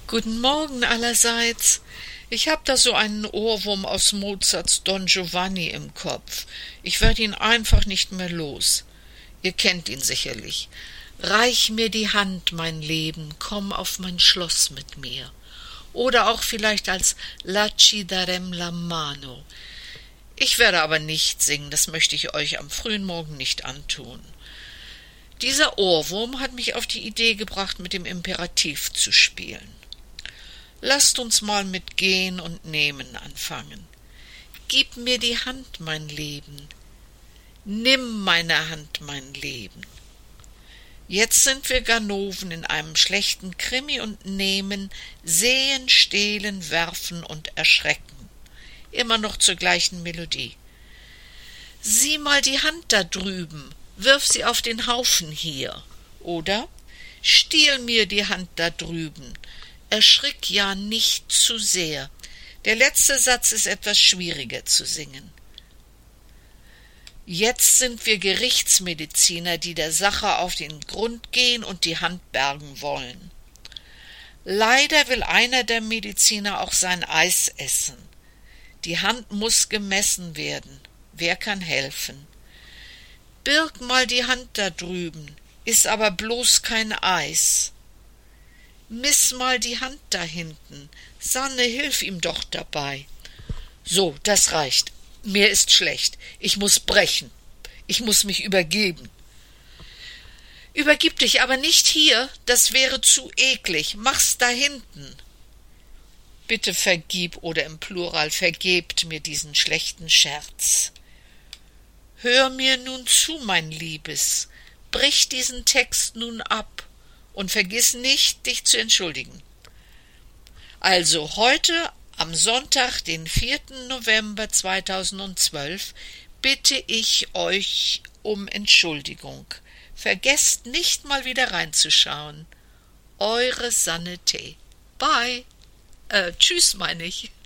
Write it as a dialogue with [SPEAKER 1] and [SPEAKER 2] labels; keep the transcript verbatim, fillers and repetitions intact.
[SPEAKER 1] Guten Morgen allerseits. Ich hab da so einen Ohrwurm aus Mozarts Don Giovanni im Kopf. Ich werd ihn einfach nicht mehr los. Ihr kennt ihn sicherlich. Reich mir die Hand, mein Leben, komm auf mein Schloss mit mir. Oder auch vielleicht als La ci darem la mano. Ich werde aber nicht singen, das möchte ich euch am frühen Morgen nicht antun. Dieser Ohrwurm hat mich auf die Idee gebracht, mit dem Imperativ zu spielen. Lasst uns mal mit Gehen und Nehmen anfangen. Gib mir die Hand, mein Leben. Nimm meine Hand, mein Leben. Jetzt sind wir Ganoven in einem schlechten Krimi und nehmen, sehen, stehlen, werfen und erschrecken. Immer noch zur gleichen Melodie. Sieh mal die Hand da drüben, wirf sie auf den Haufen hier. Oder? Stiehl mir die Hand da drüben. Erschrick ja nicht zu sehr. Der letzte Satz ist etwas schwieriger zu singen. Jetzt sind wir Gerichtsmediziner, die der Sache auf den Grund gehen und die Hand bergen wollen. Leider will einer der Mediziner auch sein Eis essen. Die Hand muss gemessen werden. Wer kann helfen? Birg mal die Hand da drüben, ist aber bloß kein Eis. Miss mal die Hand da hinten, Sanne, hilf ihm doch dabei. So, das reicht. Mir ist schlecht. Ich muss brechen. Ich muss mich übergeben. Übergib dich aber nicht hier, das wäre zu eklig. Mach's da hinten. Bitte vergib oder im Plural vergebt mir diesen schlechten Scherz. Hör mir nun zu, mein Liebes. Brich diesen Text nun ab. Und vergiss nicht, dich zu entschuldigen. Also heute, am Sonntag, den vierten November zweitausendzwölf, bitte ich euch um Entschuldigung. Vergesst nicht mal wieder reinzuschauen. Eure Sanne T. Bye. Äh, tschüss, meine ich.